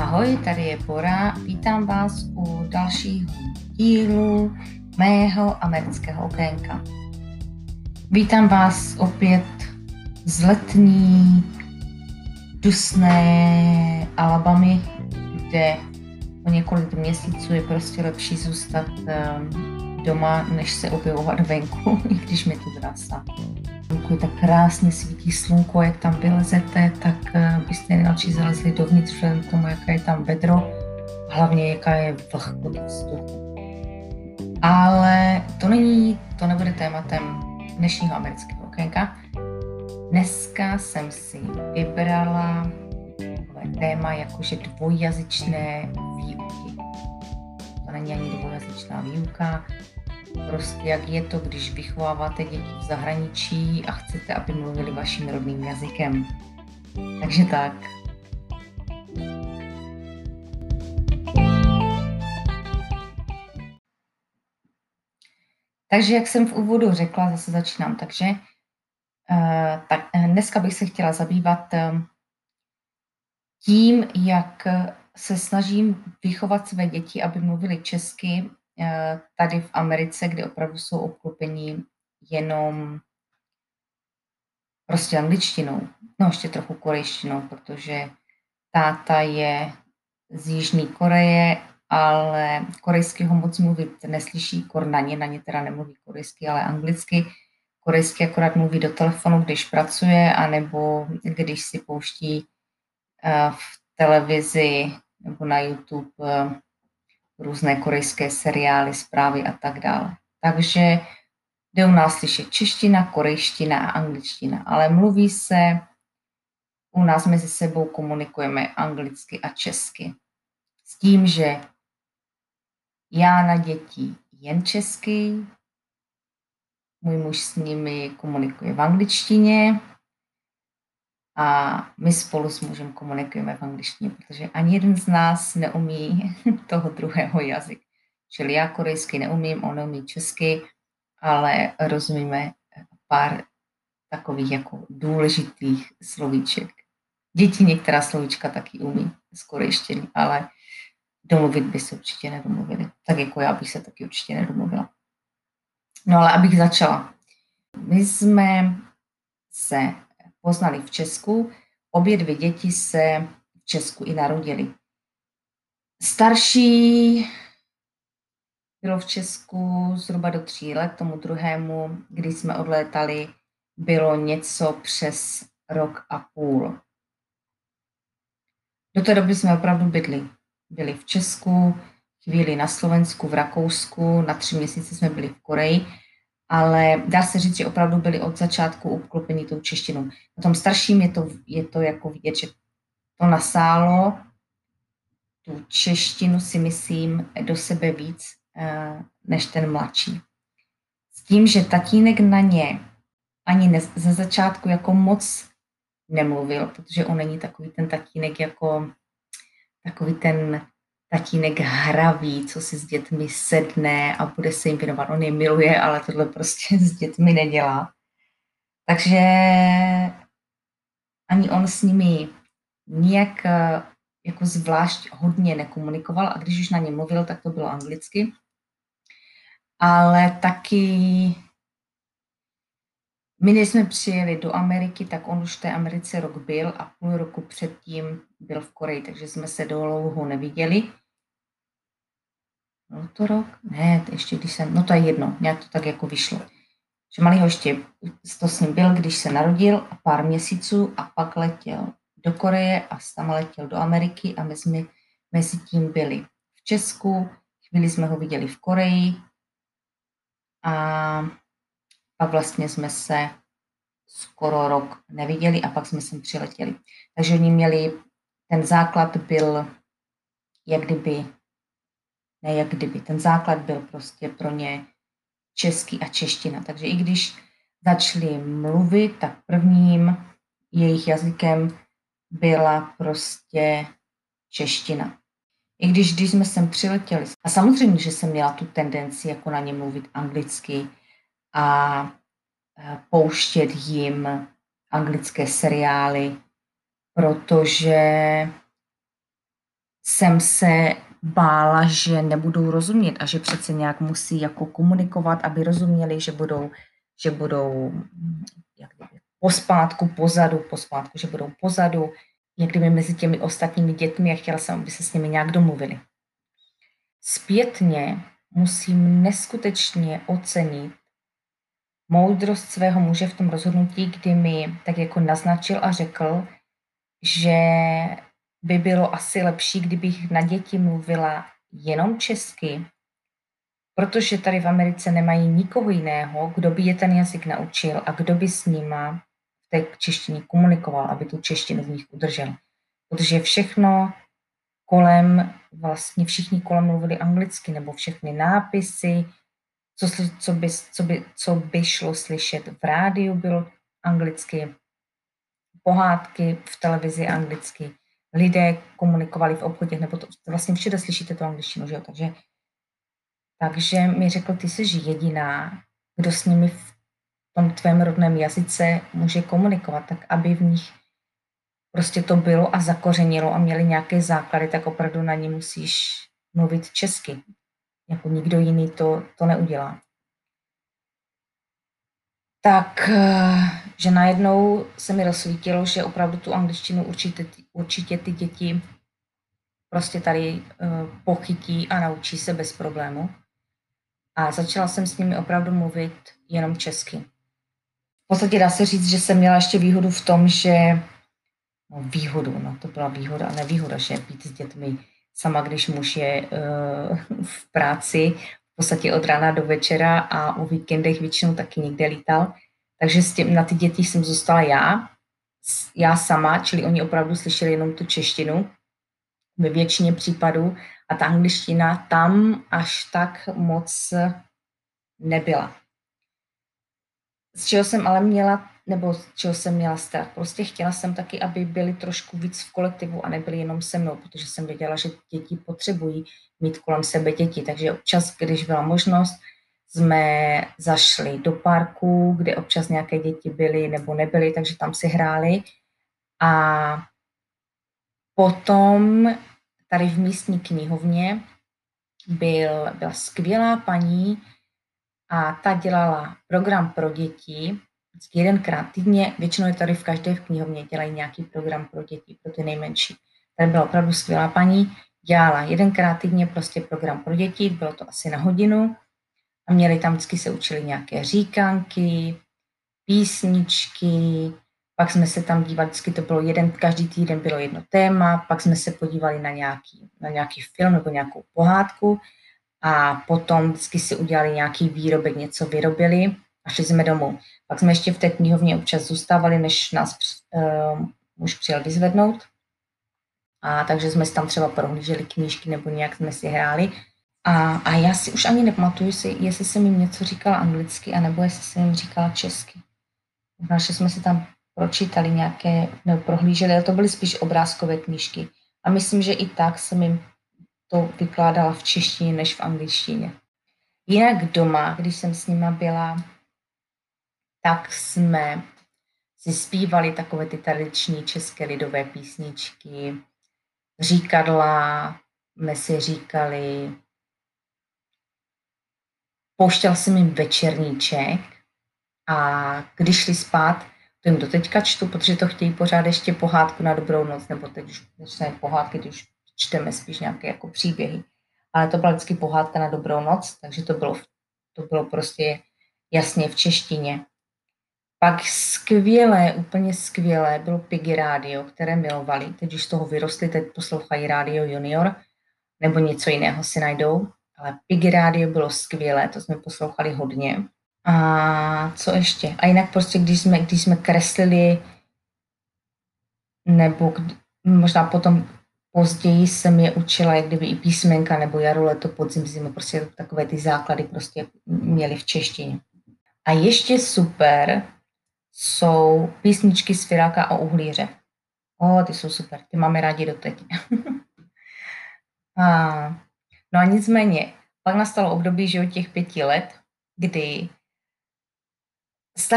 Ahoj, tady je Bora, vítám vás u dalšího dílu mého amerického okénka. Vítám vás opět z letní, dusné Alabamy, kde po několik měsíců je prostě lepší zůstat doma, než se objevovat venku, i když mi tu drásá. Pokud tak krásně svítí slunko, jak tam vylezete, tak byste nejradši zalezli dovnitř vzhledem k tomu, jaké je tam vedro, hlavně jaká je vlhkost vzduchu. Ale to nebude tématem dnešního amerického okénka. Dneska jsem si vybrala téma jakože dvojjazyčné výuky. To není ani dvojjazyčná výuka, prostě jak je to, když vychováváte děti v zahraničí a chcete, aby mluvili vaším rodným jazykem. Takže tak. Takže jak jsem v úvodu řekla, zase začínám, tak dneska bych se chtěla zabývat tím, jak se snažím vychovat své děti, aby mluvili česky tady v Americe, kde opravdu jsou obklopení jenom prostě angličtinou, no ještě trochu korejštinou, protože táta je z Jižní Koreje, ale korejsky ho moc mluvit neslyší, na ně teda nemluví korejsky, ale anglicky. Korejsky akorát mluví do telefonu, když pracuje, anebo když si pouští v televizi nebo na YouTube různé korejské seriály, zprávy a tak dále. Takže jde u nás slyšet čeština, korejština a angličtina, ale mluví se, u nás mezi sebou komunikujeme anglicky a česky. S tím, že já na děti jen česky, můj muž s nimi komunikuje v angličtině a my spolu s mužem komunikujeme v angličtině, protože ani jeden z nás neumí toho druhého jazyka. Čili já korejsky neumím, on neumí česky, ale rozumíme pár takových jako důležitých slovíček. Děti některá slovíčka taky umí z korejštiny, ale domluvit by se určitě nedomluvili. Tak jako já bych se taky určitě nedomluvila. No ale abych začala. My jsme se poznali v Česku, obě dvě děti se v Česku i narodily. Starší bylo v Česku zhruba do 3 let, tomu druhému, když jsme odlétali, bylo něco přes 1,5 roku. Do té doby jsme opravdu byli v Česku, chvíli na Slovensku, v Rakousku, na 3 měsíce jsme byli v Koreji, ale dá se říct, že opravdu byli od začátku obklopení tou češtinou. Na tom starším je to jako vidět, že to nasálo tu češtinu, si myslím, do sebe víc než ten mladší. S tím, že tatínek na ně ani ze začátku jako moc nemluvil, protože on není takový ten tatínek jako takový ten tatínek hravý, co si s dětmi sedne a bude se jim věnovat. On je miluje, ale tohle prostě s dětmi nedělá. Takže ani on s nimi nijak jako zvlášť hodně nekomunikoval a když už na ně mluvil, tak to bylo anglicky. Ale taky my, než jsme přijeli do Ameriky, tak on už v té Americe rok byl a půl roku předtím byl v Koreji, takže jsme se dlouho neviděli. Byl to rok? Ne, ještě když no to je jedno, nějak to tak jako vyšlo. Že malýho ještě to s ním byl, když se narodil a pár měsíců a pak letěl do Koreje a tam letěl do Ameriky a my jsme mezi tím byli v Česku, chvíli jsme ho viděli v Koreji a pak vlastně jsme se skoro rok neviděli a pak jsme sem přiletěli. Takže oni měli, ten základ byl ten základ byl prostě pro ně český a čeština. Takže i když začali mluvit, tak prvním jejich jazykem byla prostě čeština. I když jsme sem přiletěli. A samozřejmě, že jsem měla tu tendenci jako na ně mluvit anglicky a pouštět jim anglické seriály, protože jsem se bála, že nebudou rozumět a že přece nějak musí jako komunikovat, aby rozuměli, že budou jak kdyby, pospátku, že budou pozadu, jak kdyby mezi těmi ostatními dětmi a chtěla jsem, aby se s nimi nějak domluvili. Zpětně musím neskutečně ocenit moudrost svého muže v tom rozhodnutí, kdy mi tak jako naznačil a řekl, že by bylo asi lepší, kdybych na děti mluvila jenom česky, protože tady v Americe nemají nikoho jiného, kdo by je ten jazyk naučil a kdo by s nima v té češtině komunikoval, aby tu češtinu v nich udržel. Protože všechno kolem, vlastně všichni kolem mluvili anglicky, nebo všechny nápisy, co by šlo slyšet v rádiu, bylo anglicky, pohádky v televizi anglicky, lidé komunikovali v obchodech, nebo to vlastně všude slyšíte tu angličtinu, že jo? Takže mi řekl, ty jsi jediná, kdo s nimi v tom tvém rodném jazyce může komunikovat, tak aby v nich prostě to bylo a zakořenilo a měli nějaké základy, tak opravdu na ní musíš mluvit česky. Jako nikdo jiný to neudělá. Tak, že najednou se mi rozsvítilo, že opravdu tu angličtinu určitě ty děti prostě tady pochytí a naučí se bez problému. A začala jsem s nimi opravdu mluvit jenom česky. V podstatě dá se říct, že jsem měla ještě výhodu v tom, že to byla výhoda a nevýhoda, že být s dětmi sama, když muž je v práci v podstatě od rána do večera a o víkendech většinou taky někde lítal. Takže na ty děti jsem zůstala já sama, čili oni opravdu slyšeli jenom tu češtinu ve většině případů a ta angličtina tam až tak moc nebyla. Z čeho jsem měla strach. Prostě chtěla jsem taky, aby byli trošku víc v kolektivu a nebyli jenom se mnou, protože jsem věděla, že děti potřebují mít kolem sebe děti. Takže občas, když byla možnost, jsme zašli do parku, kde občas nějaké děti byly nebo nebyly, takže tam si hráli. A potom tady v místní knihovně byla skvělá paní a ta dělala program pro děti vždycky jedenkrát týdně. Většinou je tady v každé knihovně dělají nějaký program pro děti, pro ty nejmenší. Tady byla opravdu skvělá paní, dělala jedenkrát týdně prostě program pro děti, bylo to asi na hodinu a měli tam vždycky se učili nějaké říkanky, písničky, pak jsme se tam dívali, vždycky to bylo každý týden bylo jedno téma, pak jsme se podívali na nějaký film nebo nějakou pohádku a potom vždycky si udělali nějaký výrobek, něco vyrobili a šli jsme domů. Pak jsme ještě v té knihovně občas zůstávali, než nás muž přijel vyzvednout. A takže jsme si tam třeba prohlíželi knížky nebo nějak jsme si hráli. A já si už ani nepamatuju, jestli jsem jim něco říkala anglicky, anebo jestli jsem jim říkala česky. Možná, že jsme si tam pročítali nějaké, nebo prohlíželi, ale to byly spíš obrázkové knížky. A myslím, že i tak jsem jim to vykládala v češtině než v angličtině. Jinak doma, když jsem s nima byla, tak jsme si zpívali takové ty tradiční české lidové písničky, říkadla jsme si říkali, pouštěla jsem jim večerníček a když šli spát, to jim doteďka čtu, protože to chtějí pořád ještě pohádku na dobrou noc, nebo teď už začínají pohádky, když čteme spíš nějaké jako příběhy. Ale to byla vždycky pohádka na dobrou noc, takže to bylo prostě jasně v češtině. Pak úplně skvělé bylo Piggy Radio, které milovali. Teď už z toho vyrostli, teď poslouchají Radio Junior, nebo něco jiného si najdou. Ale Piggy Radio bylo skvělé, to jsme poslouchali hodně. A co ještě? A jinak prostě, když jsme kreslili, nebo možná potom později jsem je učila, jak kdyby i písmenka, nebo jaro, leto, podzim, zima, prostě takové ty základy prostě měli v češtině. A ještě super jsou písničky Sviráka a Uhlíře. Ty jsou super, ty máme rádi doteď. No a nicméně, pak nastalo období, že od těch 5 let, kdy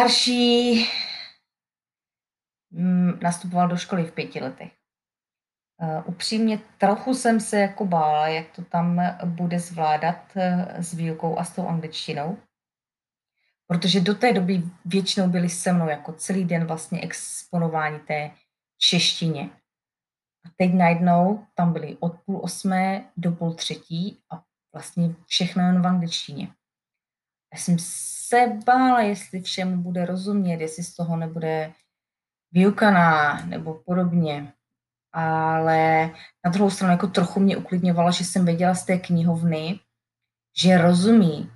starší nastupoval do školy v 5 letech. Upřímně trochu jsem se jako bála, jak to tam bude zvládat s výukou a s tou angličtinou, protože do té doby většinou byli se mnou jako celý den vlastně exponováni té češtině. A teď najednou tam byli od 7:30 do 14:30 a vlastně všechno jen v angličtině. Já jsem se bála, jestli všemu bude rozumět, jestli z toho nebude vyukaná nebo podobně. Ale na druhou stranu jako trochu mě uklidňovalo, že jsem věděla z té knihovny, že rozumí,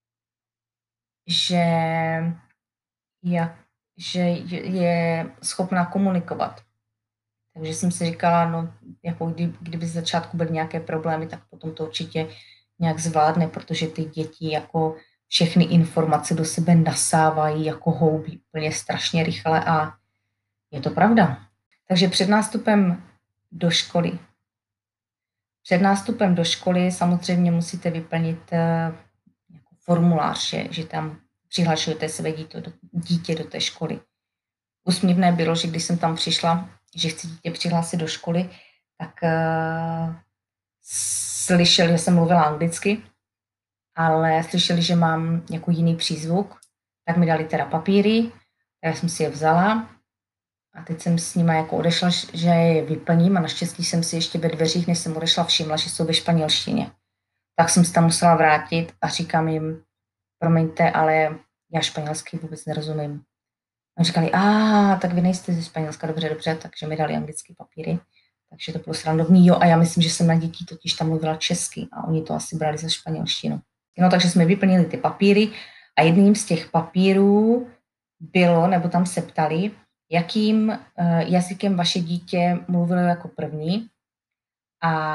že, že je schopná komunikovat. Takže jsem si říkala, no, jako kdyby z začátku byly nějaké problémy, tak potom to určitě nějak zvládne, protože ty děti jako všechny informace do sebe nasávají jako houby úplně strašně rychle a je to pravda. Takže před nástupem do školy samozřejmě musíte vyplnit jako formulář, že tam přihlašujete své dítě do té školy. Úsměvné bylo, že když jsem tam přišla, že chci dítě přihlásit do školy, tak slyšeli, že jsem mluvila anglicky, ale slyšeli, že mám jako jiný přízvuk, tak mi dali teda papíry, já jsem si je vzala a teď jsem s nima jako odešla, že je vyplním a naštěstí jsem si ještě ve dveřích, než jsem odešla, všimla, že jsou ve španělštině. Tak jsem se tam musela vrátit a říkám jim, promiňte, ale já španělsky vůbec nerozumím. A říkali, tak vy nejste ze Španělska, dobře, takže mi dali anglické papíry. Takže to bylo srandovný, jo, a já myslím, že jsem na dětí totiž tam mluvila česky a oni to asi brali za španělštinu. No, takže jsme vyplnili ty papíry a jedním z těch papírů bylo, nebo tam se ptali, jakým jazykem vaše dítě mluvilo jako první a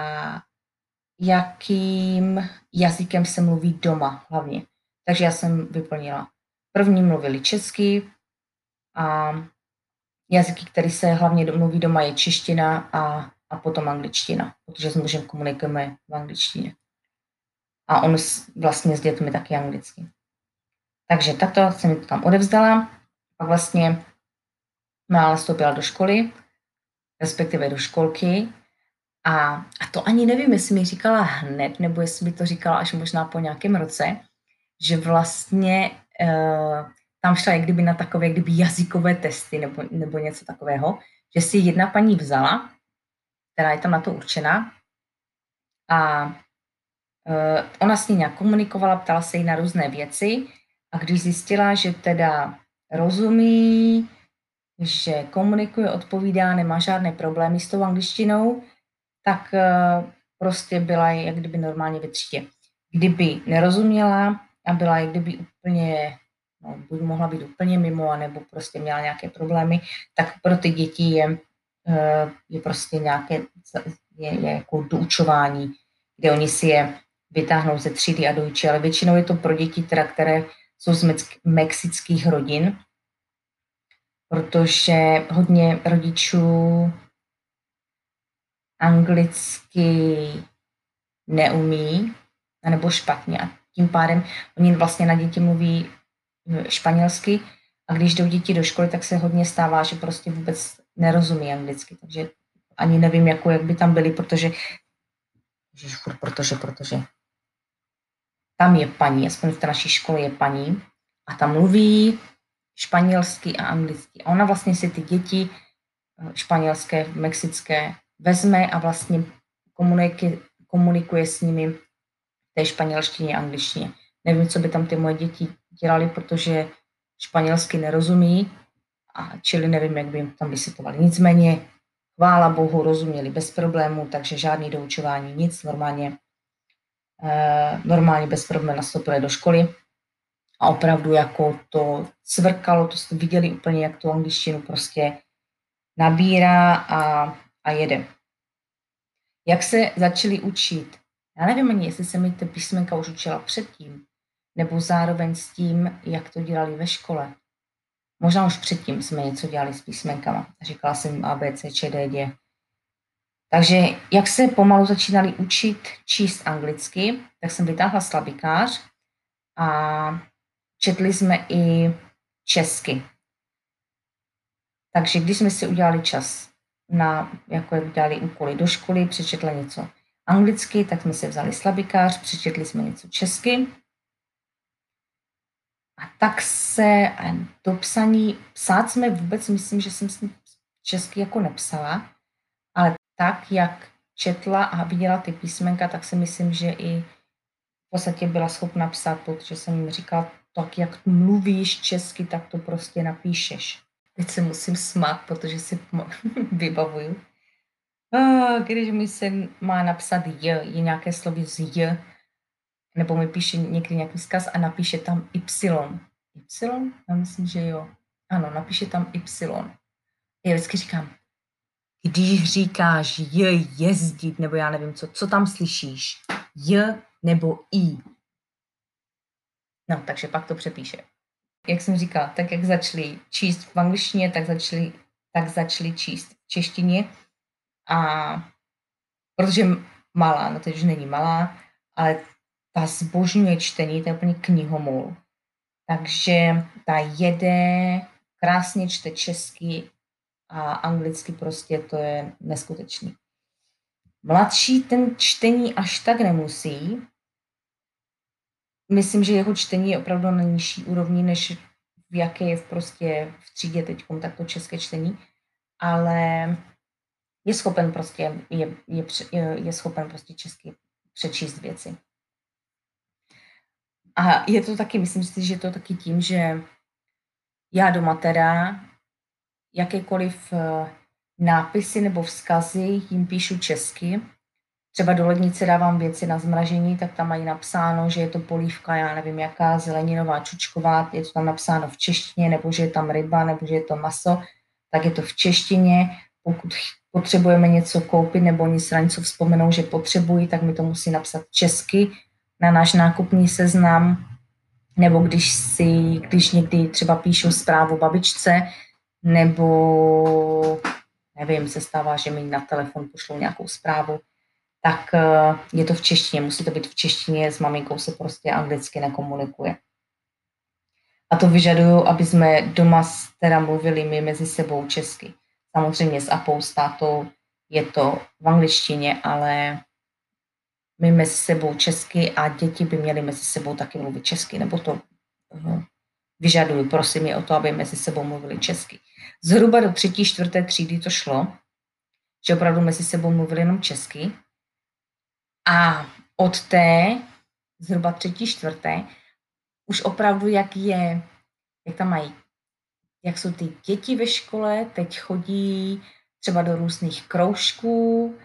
jakým jazykem se mluví doma hlavně. Takže já jsem vyplnila. První mluvili česky a jazyky, který se hlavně mluví doma, je čeština a potom angličtina, protože s mužem komunikujeme v angličtině. A on vlastně s dětmi taky anglicky. Takže takto jsem to tam odevzdala. Pak vlastně mála vstoupila do školy, respektive do školky. A to ani nevím, jestli mi říkala hned, nebo jestli by to říkala až možná po nějakém roce, že vlastně tam šla jak kdyby na takové jazykové testy nebo něco takového, že si jedna paní vzala, která je tam na to určená, a ona s ní nějak komunikovala, ptala se jí na různé věci a když zjistila, že teda rozumí, že komunikuje, odpovídá, nemá žádné problémy s tou angličtinou, tak prostě byla jak kdyby normálně ve třídě. Kdyby nerozuměla a byla jak kdyby úplně, buď mohla být úplně mimo, nebo prostě měla nějaké problémy, tak pro ty děti je prostě nějaké, je jako doučování, kde oni si je vytáhnou ze třídy a doučí, ale většinou je to pro děti, teda, které jsou z mexických rodin, protože hodně rodičů anglicky neumí, nebo špatně. A tím pádem oni vlastně na děti mluví španělsky a když jdou děti do školy, tak se hodně stává, že prostě vůbec nerozumí anglicky. Takže ani nevím, jak by tam byli, protože tam je paní, aspoň v té naší škole je paní a tam mluví španělsky a anglicky. A ona vlastně si ty děti španělské, mexické vezme a vlastně komunikuje s nimi v té španělštině a angličtině. Nevím, co by tam ty moje děti dělali, protože španělsky nerozumí, čili nevím, jak by jim tam vysvětlovali. Nicméně, chvála Bohu, rozuměli bez problémů, takže žádný doučování, nic, normálně bez problémů nastoupili do školy a opravdu jako to cvrkalo, to jste viděli úplně, jak tu angličtinu prostě nabírá a jede. Jak se začali učit? Já nevím ani, jestli se mi ty písmenka už učila předtím, nebo zároveň s tím, jak to dělali ve škole. Možná už předtím jsme něco dělali s písmenkama. Říkala jsem A, B, C, Č, D, D. Takže jak se pomalu začínali učit číst anglicky, tak jsem vytáhla slabikář a četli jsme i česky. Takže když jsme si udělali čas jako jak dali úkoly do školy, přečetla něco anglicky, tak jsme si vzali slabikář, přečetli jsme něco česky. A tak se do psaní, psát jsme vůbec, myslím, že jsem si česky jako nepsala, ale tak, jak četla a viděla ty písmenka, tak si myslím, že i v podstatě byla schopna psát, protože jsem jim říkala, tak jak mluvíš česky, tak to prostě napíšeš. Teď se musím smát, protože si vybavuju. Když mi se má napsat je nějaké slovo z j, nebo mi píše někdy nějaký vzkaz a napíše tam y. Y? Já myslím, že jo. Ano, napíše tam y. Já vždycky říkám, když říkáš jezdit, nebo já nevím co tam slyšíš? J nebo i? No, takže pak to přepíše. Jak jsem říkala, tak jak začali číst v angličtině, tak začali číst v češtině. A protože malá, no teď už není malá, ale ta zbožňuje čtení, to je úplně knihomol. Takže ta jede, krásně čte česky a anglicky prostě to je neskutečný. Mladší ten čtení až tak nemusí. Myslím, že jeho čtení je opravdu na nižší úrovni, než v jaké je prostě v třídě teďkom, tak to české čtení, ale je schopen prostě, je schopen prostě česky přečíst věci. A je to taky, myslím si, že je to taky tím, že já doma teda jakékoliv nápisy nebo vzkazy jim píšu česky. Třeba do lednice dávám věci na zmražení, tak tam mají napsáno, že je to polívka, já nevím jaká, zeleninová, čučková, je to tam napsáno v češtině, nebo že je tam ryba, nebo že je to maso, tak je to v češtině. Pokud potřebujeme něco koupit, nebo oni se na něco vzpomenou, že potřebují, tak mi to musí napsat česky na náš nákupní seznam, nebo když někdy třeba píšu zprávu babičce, nebo nevím, se stává, že mi na telefon pošlou nějakou zprávu, tak je to v češtině, musí to být v češtině, s maminkou se prostě anglicky nekomunikuje. A to vyžaduju, aby jsme doma teda mluvili my mezi sebou česky. Samozřejmě s Apou, s tátou je to v angličtině, ale my mezi sebou česky a děti by měly mezi sebou taky mluvit česky, nebo to vyžaduju, prosím je o to, aby mezi sebou mluvili česky. Zhruba do 3., 4. třídy to šlo, že opravdu mezi sebou mluvili jenom česky. A od té, zhruba 3., 4., už opravdu, jak tam mají, jak jsou ty děti ve škole, teď chodí třeba do různých kroužků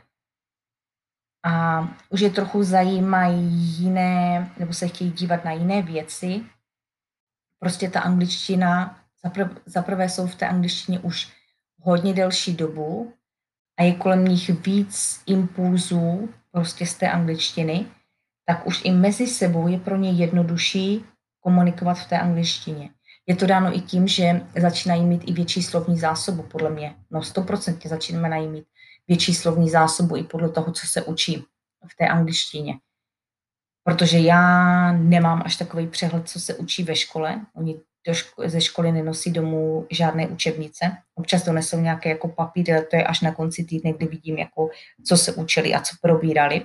a už je trochu zajímají jiné, nebo se chtějí dívat na jiné věci. Prostě ta angličtina, zaprvé jsou v té angličtině už hodně delší dobu a je kolem nich víc impulzů prostě z té angličtiny, tak už i mezi sebou je pro ně jednodušší komunikovat v té angličtině. Je to dáno i tím, že začínají mít i větší slovní zásobu, podle mě. No 100% začínáme mít větší slovní zásobu i podle toho, co se učí v té angličtině. Protože já nemám až takový přehled, co se učí ve škole. Oni ze školy nenosí domů žádné učebnice. Občas donesou nějaké jako papíry, ale to je až na konci týdne, kdy vidím, jako, co se učili a co probírali.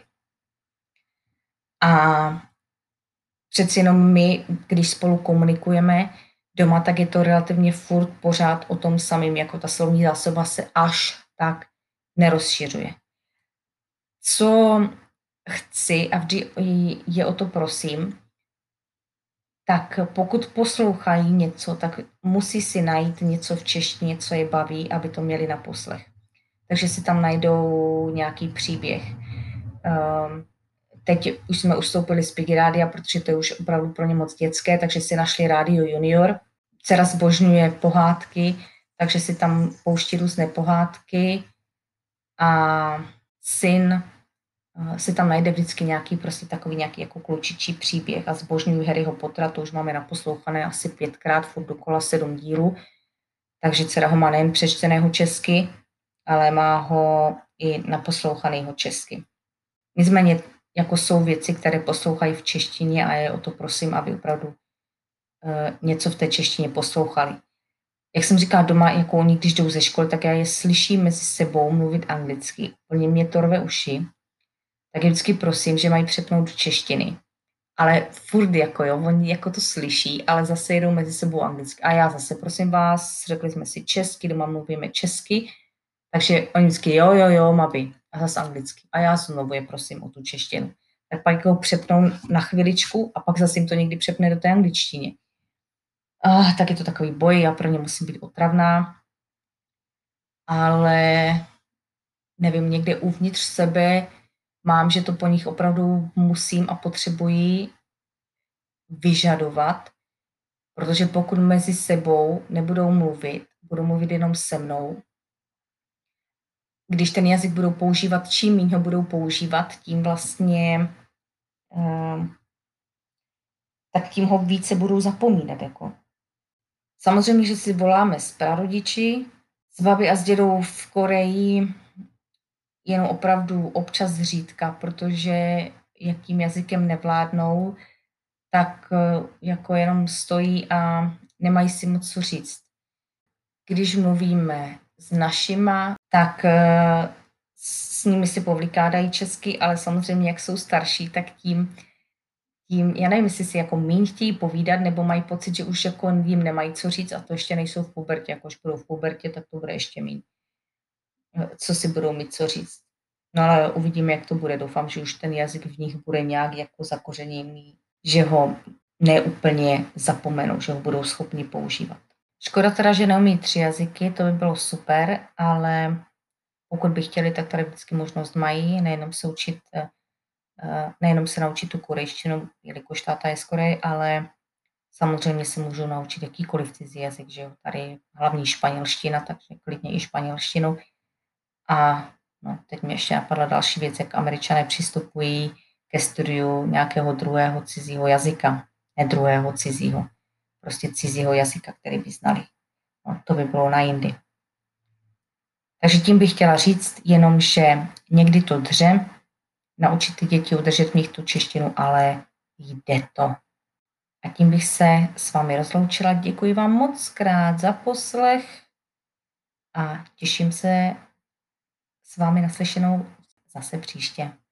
A přeci jenom my, když spolu komunikujeme doma, tak je to relativně furt pořád o tom samým, jako ta slovní zásoba se až tak nerozšiřuje. Co chci a vždy je o to prosím, tak pokud poslouchají něco, tak musí si najít něco v češtině, co je baví, aby to měli na poslech. Takže si tam najdou nějaký příběh. Teď už jsme ustoupili z Piggy Rádia, protože to je už opravdu pro ně moc dětské, takže si našli Rádio Junior. Dcera zbožňuje pohádky, takže si tam pouští různé pohádky a syn si tam najde vždycky nějaký prostě takový nějaký jako klučičí příběh a zbožňuji Harryho Pottera, to už máme naposlouchané asi 5krát, furt dokola 7 dílů, takže dcera ho má nejen přečteného česky, ale má ho i naposlouchanýho česky. Nicméně jako jsou věci, které poslouchají v češtině a je o to prosím, aby opravdu něco v té češtině poslouchali. Jak jsem říkala doma, jako oni, když jdou ze školy, tak já je slyším mezi sebou mluvit anglicky. Plně mě to rve uši. Tak je vždycky prosím, že mají přepnout do češtiny. Ale furt jako jo, oni jako to slyší, ale zase jedou mezi sebou anglicky. A já zase, prosím vás, řekli jsme si česky, doma mluvíme česky, takže oni vždycky jo, mabi. A zase anglicky. A já znovu je prosím o tu češtinu. Tak pak ho přepnou na chviličku a pak zase jim to někdy přepne do té angličtiny. Tak je to takový boj, já pro ně musím být otravná, ale nevím, někde uvnitř sebe mám, že to po nich opravdu musím a potřebuji vyžadovat, protože pokud mezi sebou nebudou mluvit, budou mluvit jenom se mnou, když ten jazyk budou používat, čím méně ho budou používat, tím vlastně tak tím ho více budou zapomínat. Jako. Samozřejmě, že si voláme s prarodiči, s babi a s dědou v Koreji jenom opravdu občas zřídka, protože jakým jazykem nevládnou, tak jako jenom stojí a nemají si moc co říct. Když mluvíme s našima, tak s nimi si povlíkádají česky, ale samozřejmě, jak jsou starší, tak tím, já nevím, jestli si jako míň chtějí povídat, nebo mají pocit, že už jako jim nemají co říct a to ještě nejsou v pubertě. Jako už budou v pubertě, tak to bude ještě míň. Co si budou mít co říct. No ale uvidíme, jak to bude. Doufám, že už ten jazyk v nich bude nějak jako zakořeněný, že ho neúplně zapomenou, že ho budou schopni používat. Škoda teda, že neumí 3 jazyky, to by bylo super, ale pokud by chtěli, tak tady vždycky možnost mají, nejenom se naučit tu korejštinu, jelikož táta je z Koreje, ale samozřejmě se můžou naučit jakýkoliv cizí jazyk, že jo, tady hlavní španělština, takže klidně i španělštinu. A no, teď mi ještě napadla další věc, jak Američané přistupují ke studiu nějakého druhého cizího jazyka, ne druhého cizího, prostě cizího jazyka, který by znali. No, to by bylo na jindy. Takže tím bych chtěla říct jenom, že někdy to dře, naučit ty děti udržet v nich tu češtinu, ale jde to. A tím bych se s vámi rozloučila. Děkuji vám moc krát za poslech a těším se s vámi naslyšenou zase příště.